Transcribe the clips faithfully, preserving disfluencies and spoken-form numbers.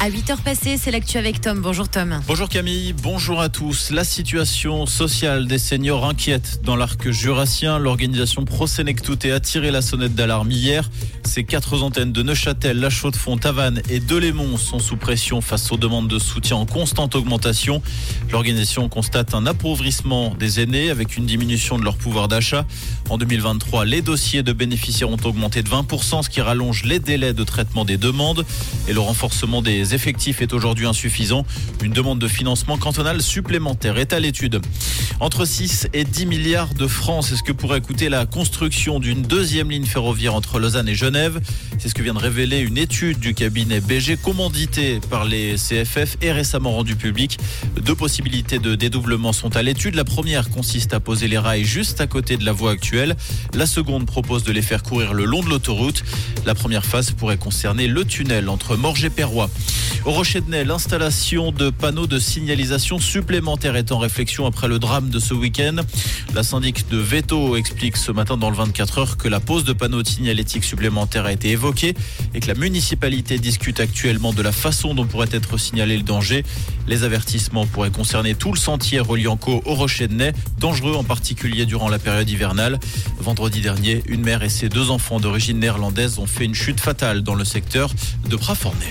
À huit heures passées, c'est l'actu avec Tom. Bonjour Tom. Bonjour Camille, bonjour à tous. La situation sociale des seniors inquiète dans l'arc jurassien. L'organisation Prosenectute a tiré la sonnette d'alarme hier. Ces quatre antennes de Neuchâtel, La Chaux-de-Fonds, Tavannes et Delémont sont sous pression face aux demandes de soutien en constante augmentation. L'organisation constate un appauvrissement des aînés avec une diminution de leur pouvoir d'achat. En deux mille vingt-trois, les dossiers de bénéficiaires ont augmenté de vingt pour cent, ce qui rallonge les délais de traitement des demandes. Et le renforcement des effectifs est aujourd'hui insuffisant. Une demande de financement cantonal supplémentaire est à l'étude. Entre six et dix milliards de francs, c'est ce que pourrait coûter la construction d'une deuxième ligne ferroviaire entre Lausanne et Genève. C'est ce que vient de révéler une étude du cabinet B G commandité par les C F F et récemment rendue publique. Deux possibilités de dédoublement sont à l'étude. La première consiste à poser les rails juste à côté de la voie actuelle. La seconde propose de les faire courir le long de l'autoroute. La première phase pourrait concerner le tunnel entre Morges et Perrois. Au Rocher de Naye, l'installation de panneaux de signalisation supplémentaires est en réflexion après le drame de ce week-end. La syndic de Veto explique ce matin dans le vingt-quatre heures que la pose de panneaux de signalétique supplémentaires a été évoquée et que la municipalité discute actuellement de la façon dont pourrait être signalé le danger. Les avertissements pourraient concerner tout le sentier reliant Caux au Rocher de Naye, dangereux en particulier durant la période hivernale. Vendredi dernier, une mère et ses deux enfants d'origine néerlandaise ont fait une chute fatale dans le secteur de Prafornay.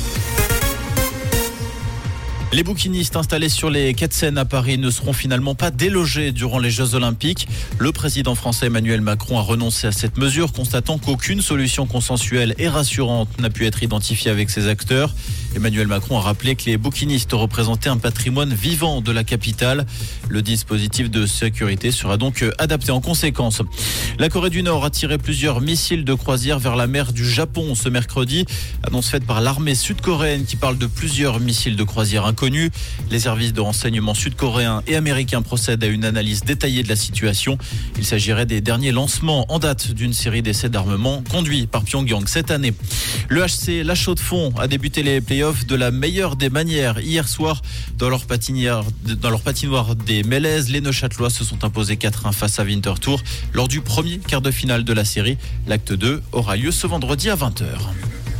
Les bouquinistes installés sur les quais de Seine à Paris ne seront finalement pas délogés durant les Jeux Olympiques. Le président français Emmanuel Macron a renoncé à cette mesure, constatant qu'aucune solution consensuelle et rassurante n'a pu être identifiée avec ses acteurs. Emmanuel Macron a rappelé que les bouquinistes représentaient un patrimoine vivant de la capitale. Le dispositif de sécurité sera donc adapté en conséquence. La Corée du Nord a tiré plusieurs missiles de croisière vers la mer du Japon ce mercredi. Annonce faite par l'armée sud-coréenne qui parle de plusieurs missiles de croisière inconnus. Les services de renseignement sud-coréens et américains procèdent à une analyse détaillée de la situation. Il s'agirait des derniers lancements en date d'une série d'essais d'armement conduits par Pyongyang cette année. Le H C La Chaux-de-Fonds a débuté les playoffs de la meilleure des manières. Hier soir, dans leur patinoire, dans leur patinoire des Mélèzes, les Neuchâtelois se sont imposés quatre un face à Winterthur lors du premier quart de finale de la série. L'acte deux aura lieu ce vendredi à vingt heures.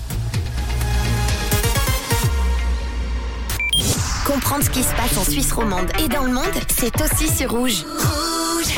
Comprendre ce qui se passe en Suisse romande et dans le monde, c'est aussi sur Rouge. Rouge.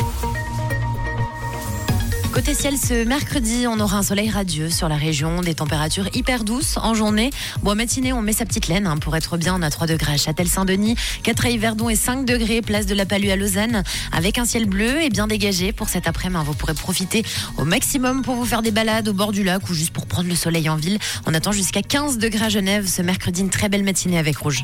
Côté ciel, ce mercredi, on aura un soleil radieux sur la région, des températures hyper douces en journée. Bon, en matinée, on met sa petite laine hein, pour être bien. On a trois degrés à Châtel-Saint-Denis, quatre à Yverdon et cinq degrés place de la Palue à Lausanne, avec un ciel bleu et bien dégagé pour cet après-midi. Vous pourrez profiter au maximum pour vous faire des balades au bord du lac ou juste pour prendre le soleil en ville. On attend jusqu'à quinze degrés à Genève ce mercredi, une très belle matinée avec Rouge.